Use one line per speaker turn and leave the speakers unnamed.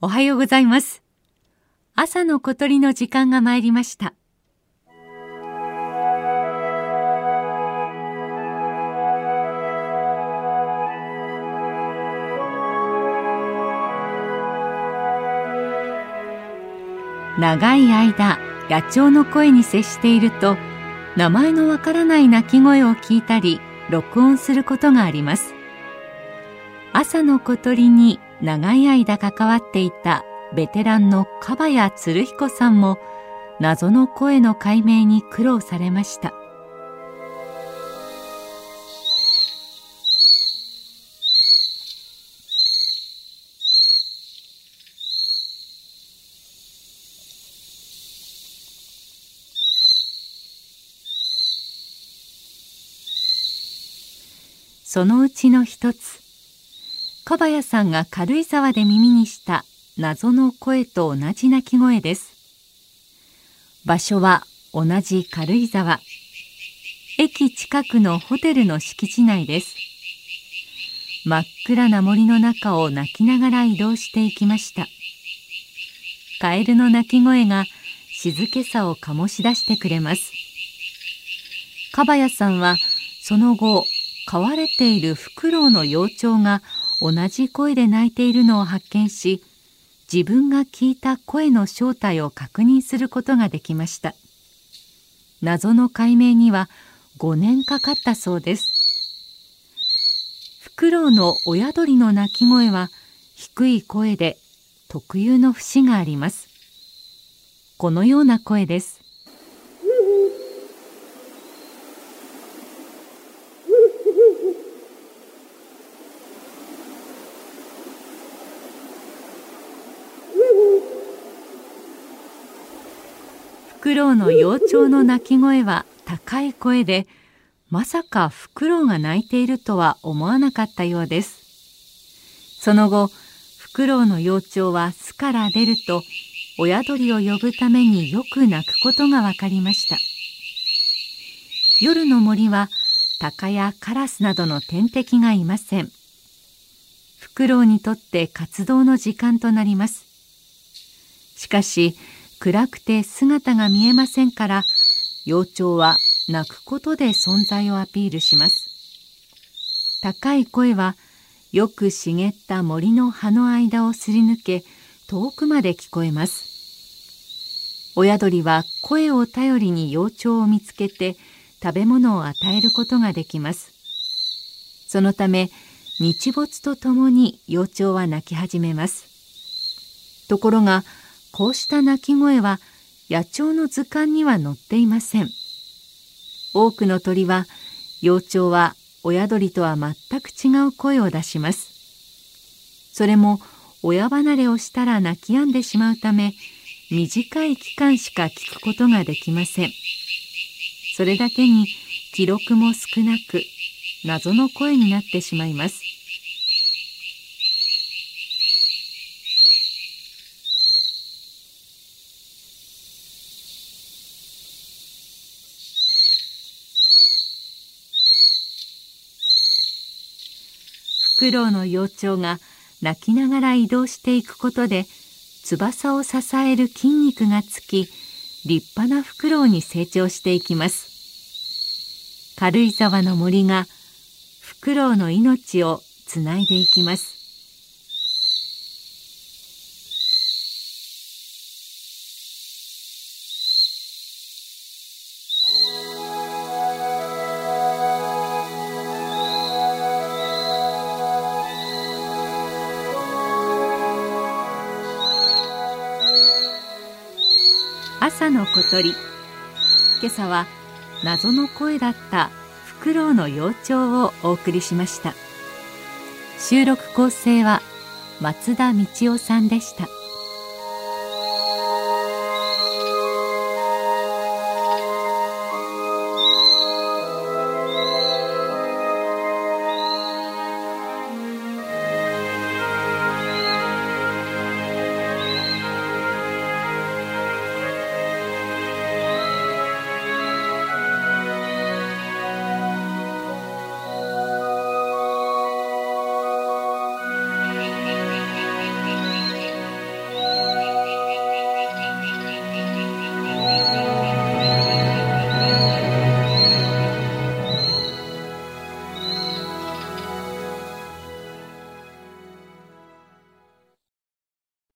おはようございます。朝の小鳥の時間が参りました。長い間野鳥の声に接していると、名前のわからない鳴き声を聞いたり録音することがあります。朝の小鳥に長い間関わっていたベテランの樺谷鶴彦さんも謎の声の解明に苦労されました。そのうちの一つ、樺谷さんが軽井沢で耳にした謎の声と同じ鳴き声です。場所は同じ軽井沢。駅近くのホテルの敷地内です。真っ暗な森の中を鳴きながら移動していきました。カエルの鳴き声が静けさを醸し出してくれます。樺谷さんはその後、飼われているフクロウの幼鳥が同じ声で鳴いているのを発見し、自分が聞いた声の正体を確認することができました。謎の解明には5年かかったそうです。フクロウの親鳥の鳴き声は低い声で特有の節があります。このような声です。フクロウの幼鳥の鳴き声は高い声で、まさかフクロウが鳴いているとは思わなかったようです。その後、フクロウの幼鳥は巣から出ると、親鳥を呼ぶためによく鳴くことが分かりました。夜の森はタカやカラスなどの天敵がいません。フクロウにとって活動の時間となります。しかし、暗くて姿が見えませんから、幼鳥は鳴くことで存在をアピールします。高い声はよく茂った森の葉の間をすり抜け、遠くまで聞こえます。親鳥は声を頼りに幼鳥を見つけて食べ物を与えることができます。そのため、日没とともに幼鳥は鳴き始めます。ところが、こうした鳴き声は野鳥の図鑑には載っていません。多くの鳥は幼鳥は親鳥とは全く違う声を出します。それも親離れをしたら鳴き止んでしまうため、短い期間しか聞くことができません。それだけに記録も少なく、謎の声になってしまいます。フクロウの幼鳥が鳴きながら移動していくことで、翼を支える筋肉がつき、立派なフクロウに成長していきます。軽井沢の森がフクロウの命をつないでいきます。朝の小鳥。今朝は謎の声だったフクロウの幼鳥をお送りしました。収録構成は松田道夫さんでした。